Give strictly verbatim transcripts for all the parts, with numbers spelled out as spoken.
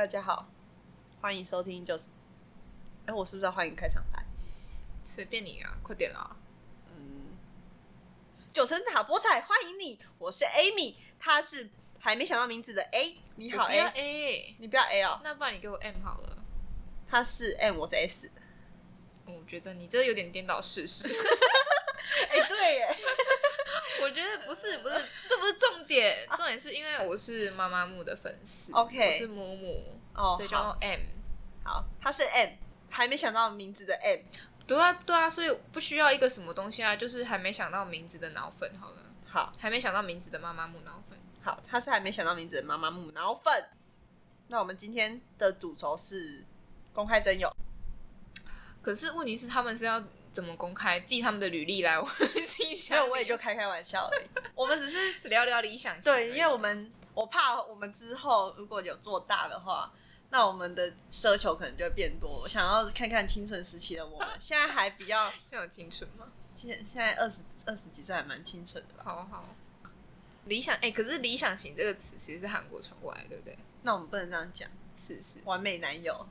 大家好，欢迎收听就是，哎，我是不是要换一个开场白？ 随便你啊，快点啦！ 嗯，九层塔菠菜欢迎你，我是 Amy， 她是还没想到名字的 A。你好 A， 我不要 A， 你不要 A 哦。 那不然你给我 M 好了。 她是 M， 我是 S。 我觉得你这有点颠倒事实。 哎、欸，对耶。 我觉得不是，不是，这不是重点，重点是因为我是妈妈木的粉丝 ，OK， 我是木木， 哦， 所以叫 M。 好，他是 M， 还没想到名字的 M。 对啊，对啊，所以不需要一个什么东西啊，就是还没想到名字的脑粉好了。 好， 还没想到名字的妈妈木脑粉。 好，他是还没想到名字的妈妈木脑粉。那我们今天的主轴是公开征友。 可是问题是，他们是要怎么公开？寄他们的履历来我信箱？ 没有，我也就开开玩笑而已。我们只是聊聊理想型。 对，因为我们我怕我们之后如果有做大的话，那我们的奢求可能就会变多。我想要看看青春时期的我们，现在还比较现在有青春吗？ 现现在二十二十几岁还蛮青春的吧？ 好好。理想哎、欸，可是理想型这个词其实是韩国传过来，对不对？ 那我们不能这样讲。 是是， 完美男友。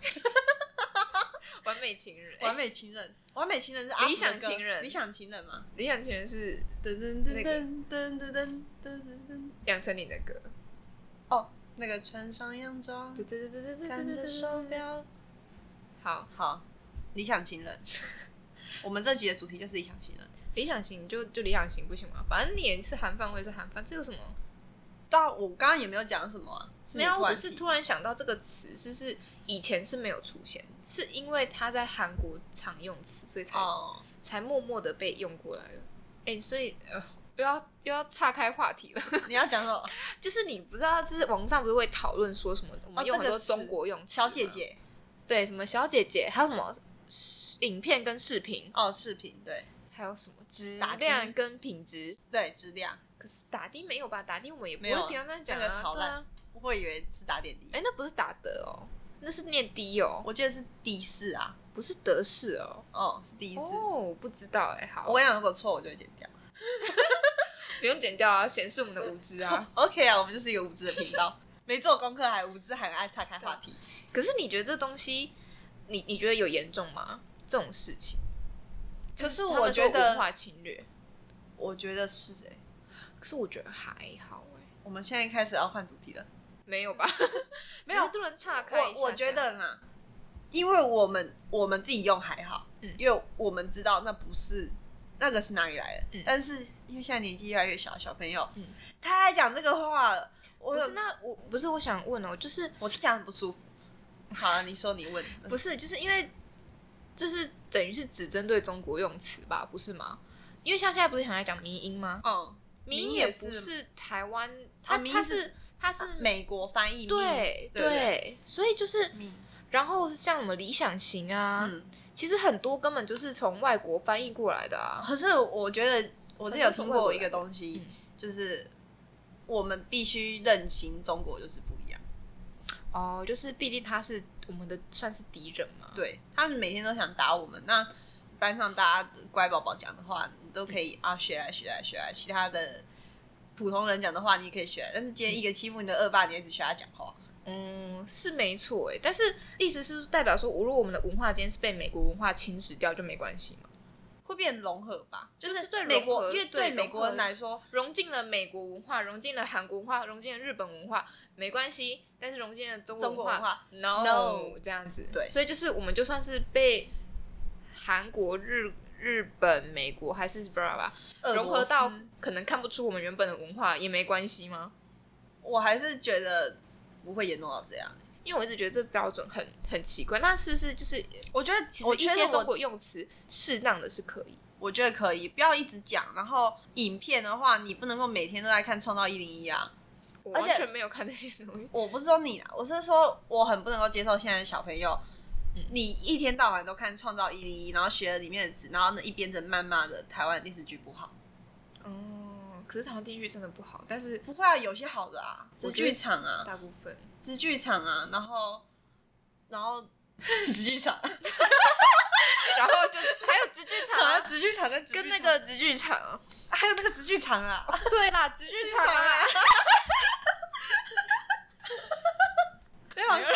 完美情人， 完美情人，完美情人是阿理想情人， 理想情人吗？ 理想情人是噔噔噔噔噔噔噔噔噔， 杨丞琳的歌。 哦，那个穿上洋装， 对对对对对， 看着手表。 好好，理想情人。我们这集的主题就是理想情人。 理想型就就理想型不行吗？反正你也是韩饭，我也是韩饭，这有什么？ 对啊，我刚刚也没有讲什么啊。 没有，我只是突然想到这个词，是是以前是没有出现，是因为它在韩国常用词，所以才、oh. 才默默的被用过来了。哎、欸，所以呃，又要又要岔开话题了。 你要讲什么？ 就是你不知道，就是网上不是会讨论说什么，我们用很多中国用词、 哦，这个、小姐姐， 对，什么小姐姐，还有什么影片跟视频哦，视频对， 还有什么质量跟品质， 对，质量。 可是打的没有吧？打的我们也不会平常在讲啊， 那個、 对啊。 我会以为是打点滴， 哎、欸，那不是打德哦，那是念的哦。 我记得是的士啊， 不是德式哦。 哦，是的士哦，不知道哎、欸。好， 我跟你讲，如果错我就会剪掉， 不用剪掉啊，显示我们的无知啊。 OK 啊，我们就是一个无知的频道，没做功课还无知，还很爱岔开话题。 可是你觉得这东西，你你觉得有严重吗？这种事情？ 可是我觉得文化侵略， 我觉得是哎、欸， 可是我觉得还好哎、欸。 我们现在开始要换主题了。 没有吧？ 没有， 突然岔开一下下。 我我觉得啦，因为我们我们自己用还好、嗯，因为我们知道那不是那个是哪里来的、嗯，但是因为现在年纪越来越小，小朋友、嗯、他还讲这个话了，我不是那我不是我想问哦，就是我听起来很不舒服。好了、啊，你说你问， 不是就是因为这是等于是只针对中国用词吧，不是吗？因为像现在不是很爱讲迷音吗？ 嗯， 迷音也不是台湾，它、啊、它是。它是美国翻译， 对 对, 对，所以就是，然后像什么理想型啊、嗯，其实很多根本就是从外国翻译过来的啊。 可是我觉得我之前有听过一个东西，嗯、就是我们必须认清中国就是不一样。 哦，就是毕竟他是我们的算是敌人嘛。 对，他们每天都想打我们，那班上大家乖宝宝讲的话，你都可以、嗯、啊学来学来学来，其他的。普通人讲的话你可以学，但是今天一个欺负你的恶霸，你一直学他讲话。 嗯，是没错哎，但是意思是代表说，如果我们的文化今天是被美国文化侵蚀掉，就没关系吗？ 会变融合吧？ 就是对美国，因为对美国人来说， 融进了美国文化，融进了韩国文化，融进了日本文化，没关系。但是融进了中国文化， 中国文化 no, no 这样子。对，所以就是我们就算是被韩国、日日本、美国还是不知道吧。融合到可能看不出我们原本的文化也没关系吗？ 我还是觉得不会严重到这样， 因为我一直觉得这标准很很奇怪。那是不是就是我觉得其实一些中国用词适当的是可以， 我觉得可以，不要一直讲。然后影片的话，你不能够每天都在看《创造一零一》啊， 我完全没有看那些东西。 我不是说你啦，我是说我很不能够接受现在的小朋友。嗯、你一天到晚都看《创造一零一》，然后学了里面的词，然后呢一边在谩骂的台湾电视剧不好。 哦，可是台湾电视剧真的不好，但是不会啊，有些好的啊，直剧场啊， 大部分直剧场啊，然后然后直剧场， 然后就还有直剧场啊， 直剧场跟跟那个直剧场， 还有那个直剧场啊， 哦、对啦，直剧场啊。 没有，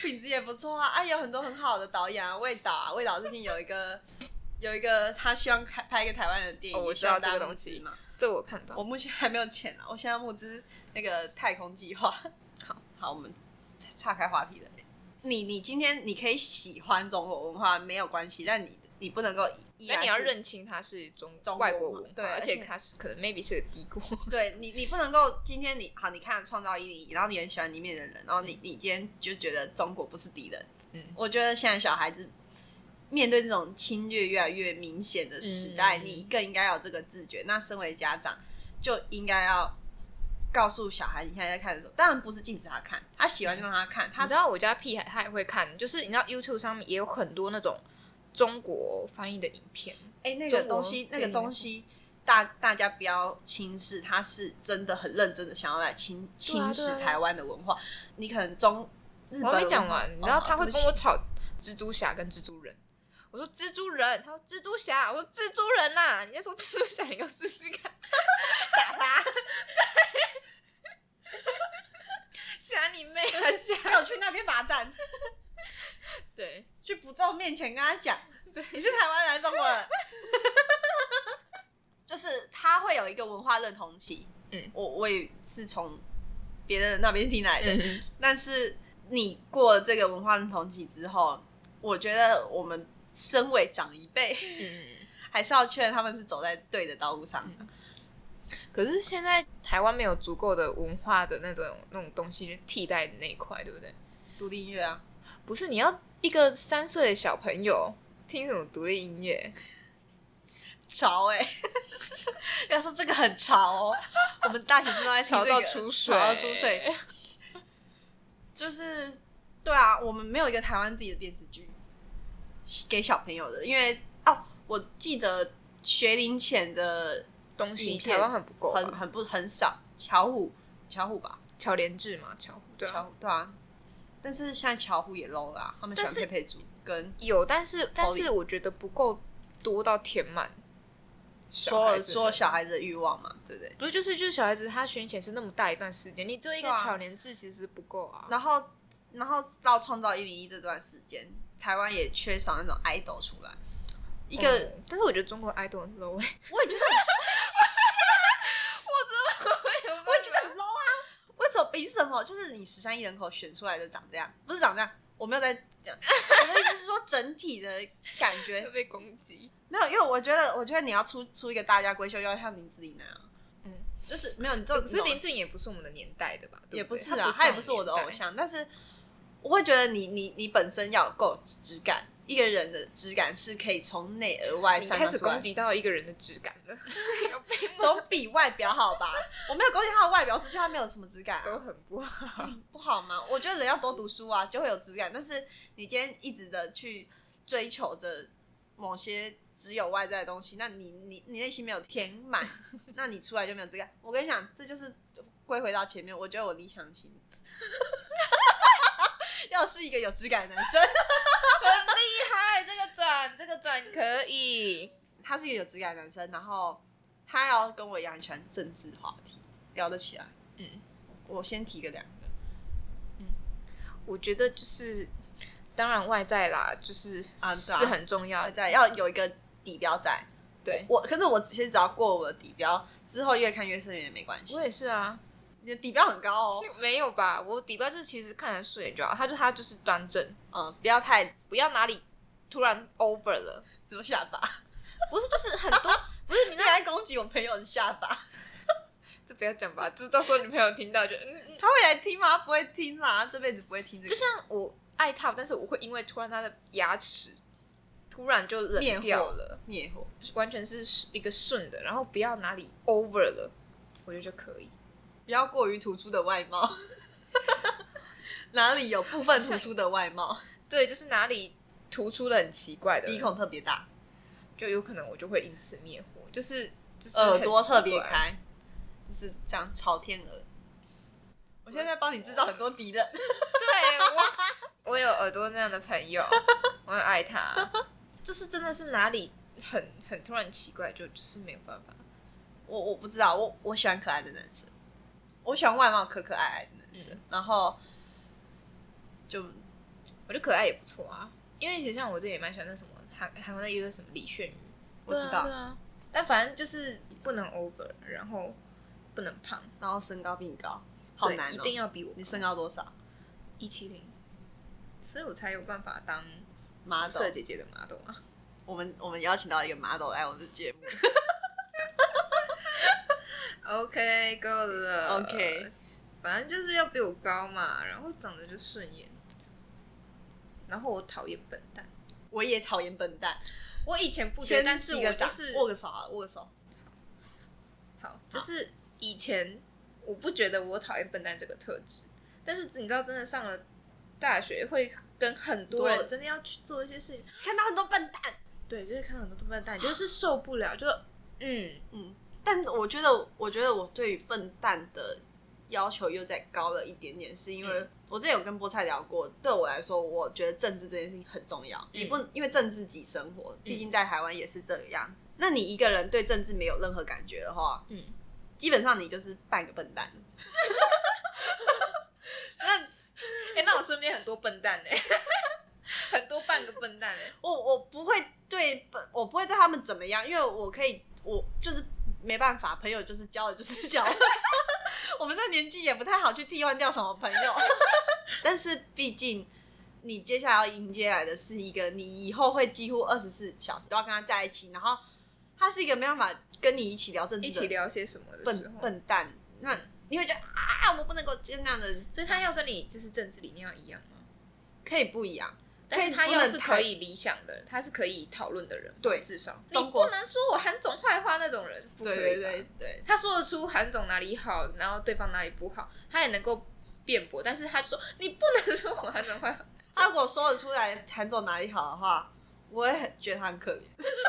品质也不错啊，啊，有很多很好的导演啊，魏导啊，魏导最近有一个有一个他希望拍拍一个台湾人的电影， 哦，我知道这个东西嘛， 这我看到。 我目前还没有钱啊，我现在募资那个太空计划。 好， 好，我们岔开话题了。你你今天你可以喜欢中国文化没有关系，但你你不能够依然是， 你要认清它是中中外国文化， 对， 而且它是可能 maybe 是个敌国。 对你你不能够今天你好，你看创造一零一，然后你很喜欢里面的人，然后你你今天就觉得中国不是敌人。嗯，我觉得现在小孩子面对这种侵略越来越明显的时代，嗯、你更应该有这个自觉。那身为家长就应该要告诉小孩，你现在在看的时候，当然不是禁止他看，他喜欢就让他看。他你知道我家屁孩他也会看，就是你知道 YouTube 上面也有很多那种中国翻译的影片。 哎、欸，那个东西，那个东西，大大家不要轻视，他是真的很认真的想要来侵侵蚀台湾的文化。你可能中日本我还没讲完，你知道他会跟我吵蜘蛛侠跟蜘蛛人。我说蜘蛛人，他说蜘蛛侠，我说蜘蛛人呐、啊，你在说蜘蛛侠，你给我试试看，打他，侠你妹啊侠！ 给我去那边罚站， 对， 去不咒面前跟他讲，你是台湾人还是中国人？就是他会有一个文化认同期，嗯，我我也是从别人那边听来的，嗯、但是你过了这个文化认同期之后，我觉得我们身为长一辈，嗯，还是要确认他们是走在对的道路上的。 嗯、可是现在台湾没有足够的文化的那种那种东西去替代的那一块，对不对？ 独立音乐啊， 不是你要一个三岁的小朋友听什么独立音乐？ 潮哎、欸！要说这个很潮哦，我们大学生都在听这个， 潮到出水， 潮到出水。就是对啊，我们没有一个台湾自己的电视剧给小朋友的，因为哦，我记得学龄前的东西台湾很不够， 很很不很少。巧虎，巧虎吧， 巧莲智嘛，巧虎对啊， 巧虎对啊。但是现在巧虎也 low 啦、啊，他们喜欢佩佩猪跟有，但是但是我觉得不够多到填满。 说说小孩子的欲望嘛，对不对？ 不是，就是就是小孩子他学龄前是那么大一段时间，你只有一个巧莲智其实不够啊。 然后然后到创造一零一这段时间，台湾也缺少那种 idol 出来。一个、哦， 但是我觉得中国 idol 很 low 哎、欸， 我也觉得很， 我怎么会有？ 我也觉得很 low 啊！为什么？凭什么？就是你十三亿人口选出来的长这样，不是长这样？我没有在讲，我的意思是说整体的感觉会被攻击。 没有，因为我觉得，我觉得你要出出一个大家闺秀，要像林志玲那样，嗯，就是没有你这种。 可是林志颖也不是我们的年代的吧？对不对？ 也不是啊，他也不是我的偶像，但是我会觉得你你你本身要有够质感，一个人的质感是可以从内而外散发出来。 你开始攻击到一个人的质感了， 总比外表好吧？我没有攻击他的外表，只是他没有什么质感、啊， 都很不好、 嗯，不好吗？我觉得人要多读书啊，就会有质感。但是你今天一直的去追求着某些只有外在的东西，那你你你内心没有填满，那你出来就没有质感。我跟你讲，这就是归回到前面，我觉得我理想型要是一个有质感的男生， 很厉害，这个转这个转可以。 他是一个有质感的男生，然后他要跟我一样很喜欢政治话题，聊得起来。嗯，我先提个两个。 嗯，我觉得就是当然外在啦，就是、啊、是很重要的， 外在要有一个底标在。 对， 我可是我其实只要过我的底标之后，越看越顺眼也没关系。 我也是啊， 你的底标很高哦。 没有吧？我底标就是其实看得顺眼就好，他就他就是端正， 嗯，不要太不要哪里突然 over 了， 什么下巴？ 不是，就是很多不是你那在攻击我朋友的下巴。 这不要讲吧，这到时候你朋友听到就嗯嗯， 他会来听吗？不会听啦，这辈子不会听这个。 就像我爱他，但是我会因为突然他的牙齿突然就冷掉了， 灭火， 完全是一个顺的，然后不要哪里 over 了，我觉得就可以， 不要过于突出的外貌，哪里有部分突出的外貌， 对，就是哪里突出的很奇怪的， 鼻孔特别大， 就有可能我就会因此灭火，就是就是耳朵特别开，就是这样朝天鹅。我现在在帮你制造很多敌人， 对我，我有耳朵那样的朋友，我很爱他，就是真的是哪里很很突然奇怪，就就是没有办法。 我我不知道，我我喜欢可爱的男生，我喜欢外貌可可爱爱的男生，嗯、然后就我觉得可爱也不错啊。因为其实像我这也蛮喜欢那什么韩韩国的一个什么李炫宇，我知道，对啊对啊，但反正就是不能 over， 然后不能胖， 然后身高比你高，好难哦， 一定要比我高。 你身高多少？ 一七零，所以我才有办法当 model 色姐姐的 model 啊。 我们我们邀请到一个 model 来我们的节目。 OK， 够了。 OK， 反正就是要比我高嘛，然后长得就顺眼。然后我讨厌笨蛋， 我也讨厌笨蛋。 我以前不觉得，但是我就是握个手啊，握个手。 好，就是以前我不觉得我讨厌笨蛋这个特质，但是你知道，真的上了大学，会跟很多人真的要去做一些事情， 看到很多笨蛋， 对，就是看到很多笨蛋，就是受不了，就嗯嗯。但我觉得，我觉得我对于笨蛋的要求又再高了一点点，是因为我之前有跟菠菜聊过，对我来说，我觉得政治这件事情很重要。你不因为政治即生活，毕竟在台湾也是这个样子。那你一个人对政治没有任何感觉的话，嗯，基本上你就是半个笨蛋。 那哎、欸，那我身边很多笨蛋哎、欸，很多半个笨蛋哎、欸。 我我不会对我不会对他们怎么样，因为我可以，我就是没办法，朋友就是交了就是交了。我们这个年纪也不太好去替换掉什么朋友，但是毕竟你接下来要迎接来的是一个你以后会几乎二十四小时都要跟他在一起，然后他是一个没办法跟你一起聊政治的一起聊些什么的时候笨笨蛋，那你会觉得啊，我不能够跟那样的人， 所以他要跟你就是政治理念要一样吗？ 可以不一样。 但是他要是可以理想的人，他是可以讨论的人， 对， 至少你不能说我韩总坏话那种人，不可以。 对对对对， 他说得出韩总哪里好，然后对方哪里不好，他也能够辩驳，但是他就说你不能说我韩总坏话。 他如果说得出来韩总哪里好的话，我会很觉得他很可怜。没有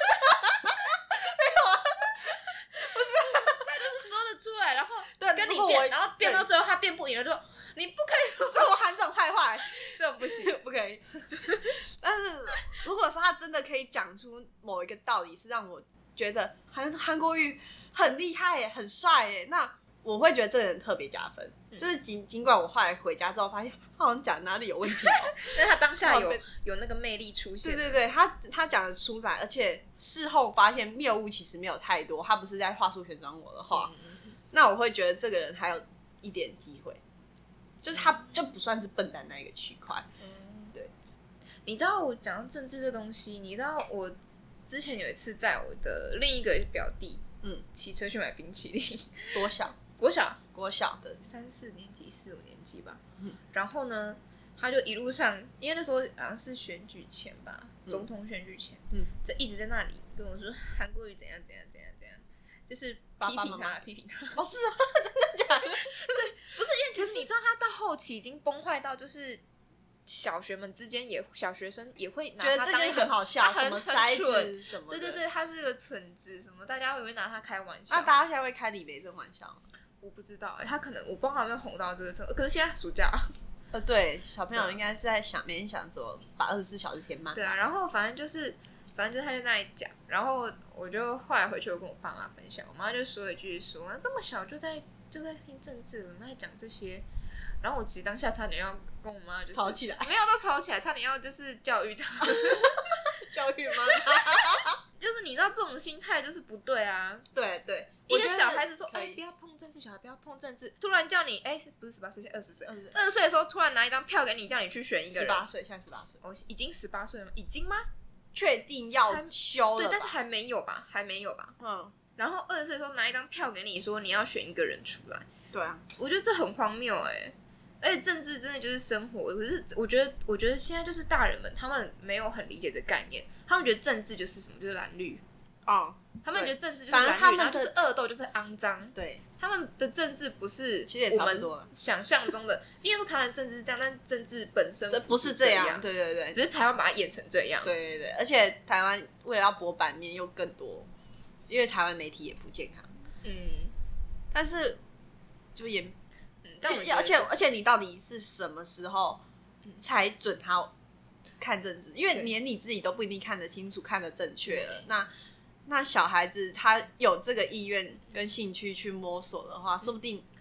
啊，不是，他就是说得出来，然后跟你辩，然后辩到最后他辩不赢了，就说你不可以说我韩总坏话， 这种不行， 不可以。但是如果说他真的可以讲出某一个道理，是让我觉得韩韩国瑜很厉害耶，很帅耶，那我会觉得这个人特别加分。嗯、就是尽尽管我后来回家之后发现，他好像讲哪里有问题哦， 但是他当下有有那个魅力出现。 对对对，他他讲得出来，而且事后发现谬误其实没有太多，他不是在话术旋转我的话，嗯、那我会觉得这个人还有一点机会。就是他就不算是笨蛋那一个区块，嗯，对。 你知道我讲到政治这东西，你知道我之前有一次载我的另一个表弟，嗯，骑车去买冰淇淋， 多小？ 国小， 国小的三四年级、四五年级吧。嗯，然后呢，他就一路上，因为那时候好像是选举前吧，嗯、总统选举前，嗯，就一直在那里跟我说韩国瑜怎样怎样怎样怎样，就是批评他，批评他。 哦，是啊，真的假的？ 对，不是因为其实你知道，他到后期已经崩坏到，就是小学们之间也，小学生也会拿他当一个很好笑， 他很什么筛子什么的， 对对对，他是个蠢子，什么大家也会拿他开玩笑。 那大家现在会开李维这玩笑吗？ 我不知道、欸，他可能我不知道他有没有红到这个程度。可是现在暑假， 呃，对，小朋友应该是在想，每天想怎么把二十四小时填满。 对啊，然后反正就是，反正就是他在那里讲，然后我就后来回去，我跟我爸妈分享，我妈就说了一句说，这么小就在就在听政治了，那在讲这些。然后我其实当下差点要跟我妈就是吵起来， 没有到吵起来，差点要就是教育她， 教育妈妈，就是你知道这种心态就是不对啊。 对对， 一个小孩子说，哎、欸，不要碰政治，小孩不要碰政治，突然叫你，哎、欸，不是十八岁，现在二十岁，二十岁的时候突然拿一张票给你，叫你去选一个人， 十八岁，现在十八岁， 哦，已经十八岁了吗？已经吗？ 确定要修了？ 对，但是还没有吧，还没有吧，嗯。然后二十岁的时候拿一张票给你，说你要选一个人出来， 对啊， 我觉得这很荒谬哎、欸。而且政治真的就是生活，可是我觉得，我觉得现在就是大人们他们没有很理解这概念，他们觉得政治就是什么，就是蓝绿哦，他们觉得政治就是蓝绿，然后就是恶斗，就是肮脏。 对， 他们的政治不是其实也差不多想象中的，应该说台湾政治是这样，但政治本身不是这样，对对对， 只是台湾把它演成这样。 对对对，而且台湾为了要博版面又更多，因为台湾媒体也不健康。嗯，但是就也。但我而且而且你到底是什么时候才准他看政治？因为连你自己都不一定看得清楚、看得正确了。那那小孩子他有这个意愿跟兴趣去摸索的话，说不定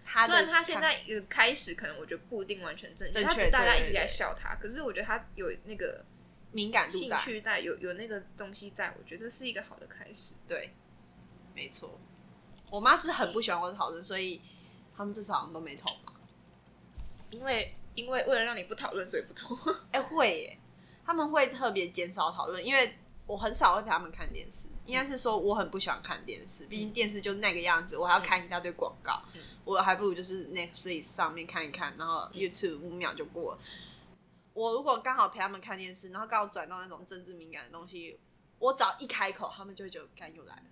他虽然他现在有开始可能我觉得不一定完全正确，他只大家一直在笑他，可是我觉得他有那个敏感度在， 兴趣在，有有那个东西在，我觉得是一个好的开始。 对，没错。我妈是很不喜欢我讨论，所以他们至少好像都没投嘛。 因为因为为了让你不讨论，所以不投。 哎、欸，会耶，他们会特别减少讨论，因为我很少会陪他们看电视。应该是说我很不喜欢看电视，毕竟电视就那个样子，我还要看一大堆广告，嗯、我还不如就是 Netflix 上面看一看，然后 YouTube 五秒就过了。我如果刚好陪他们看电视，然后刚好转到那种政治敏感的东西，我只要一开口，他们就会觉得干又来了。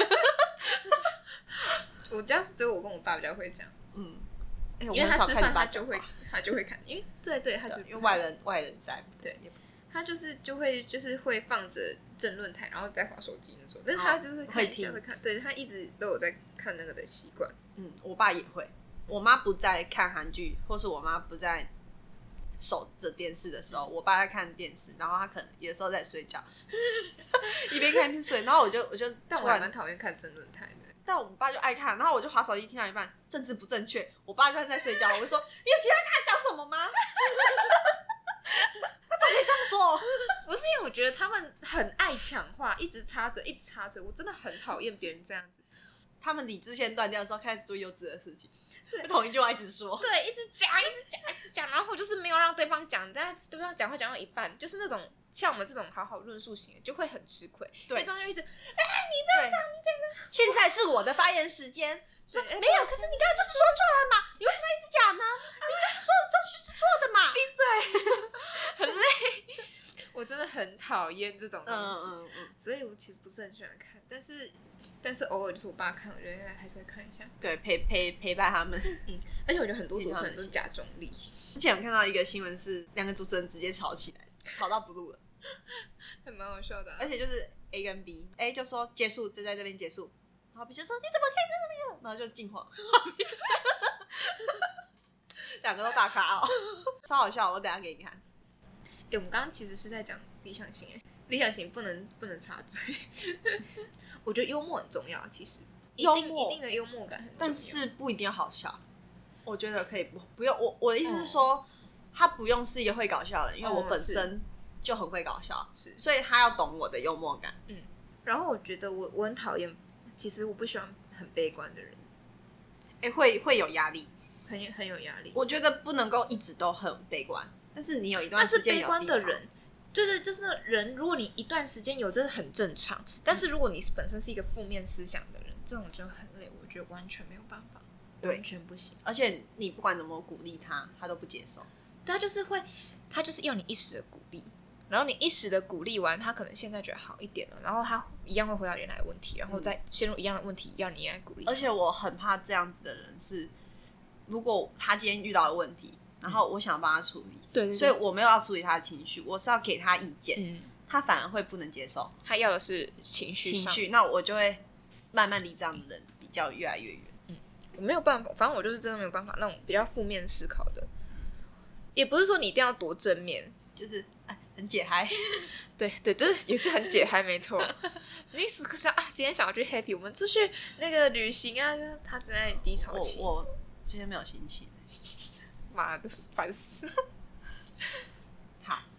我家是只有我跟我爸比较会讲，嗯， 欸、 因为他吃饭他就会他就会看，因为对对，他是因为外人外人在， 对，他就是就会就是会放着政论台，然后再滑手机那种，但是他就是会看一下、哦、会看，对他一直都有在看那个的习惯。 嗯，我爸也会，我妈不在看韩剧，或是我妈不在守着电视的时候，我爸在看电视，然后他可能有时候在睡觉，一边看一边睡，然后我就我就， 但我还蛮讨厌看政论台的。 但我爸就爱看，然后我就滑手机听到一半，政治不正确，我爸就在睡觉，我就说你有听他刚才讲什么吗？他怎么可以这样说？ 不是因为我觉得他们很爱抢话，一直插嘴，一直插嘴，我真的很讨厌别人这样子。 他们理智线断掉的时候，开始做幼稚的事情，同一句话一直说， 对，一直讲，一直讲，一直讲，然后我就是没有让对方讲，但对方讲话讲到一半，就是那种像我们这种好好论述型的，就会很吃亏。对方就一直，哎、欸，你不要讲，你这个， 现在是我的发言时间。说没有，可是你刚才就是说错了嘛，你为什么一直讲呢？你就是说的东西是错的嘛。 闭嘴，很累。我真的很讨厌这种东西，嗯嗯嗯，所以我其实不是很喜欢看，但是但是偶尔就是我爸看，我觉得还是会看一下。 对，陪陪陪伴他们。嗯， 而且我觉得很多主持人都是假中立。 之前有看到一个新闻是两个主持人直接吵起来，吵到不录了， 还蛮好笑的、啊。 而且就是 A 跟 B，A 就说结束，就在这边结束。然后 B 就说你怎么可以在这边？然后就进黄，两个都大咖哦，超好笑！我等一下给你看。 哎、欸，我们刚刚其实是在讲理想型，哎，理想型不能不能插嘴。我觉得幽默很重要，其实一定一定的幽默感很重要， 但是不一定要好笑。我觉得可以不不用我我的意思是说，他不用是一个会搞笑的人，因为我本身就很会搞笑，是，所以他要懂我的幽默感。 嗯，然后我觉得我我很讨厌。其实我不喜欢很悲观的人， 哎、欸，会会有压力， 很很有压力。 我觉得不能够一直都很悲观，但是你有一段时间有低潮。 但是悲观的人，对对，就是那人，如果你一段时间有，这很正常。但是如果你本身是一个负面思想的人，这种就很累，我觉得完全没有办法，完全不行。 而且你不管怎么鼓励他，他都不接受。 对，他就是会，他就是要你一时的鼓励。然后你一时的鼓励完，他可能现在觉得好一点了，然后他一样会回到原来的问题，然后再陷入一样的问题，要你来鼓励。 而且我很怕这样子的人是，如果他今天遇到的问题，然后我想帮他处理， 对、嗯， 所以我没有要处理他的情绪，我是要给他意见，嗯，他反而会不能接受， 他要的是情绪情绪，那我就会慢慢离这样的人比较越来越远。 嗯，我没有办法，反正我就是真的没有办法那种比较负面思考的，也不是说你一定要多正面， 就是。很解嗨， 对对对，也是很解嗨，没错。你是想啊，今天想要去 happy， 我们出去那个旅行啊，他正在低潮期。 我我今天没有心情， 妈的，烦死。 好，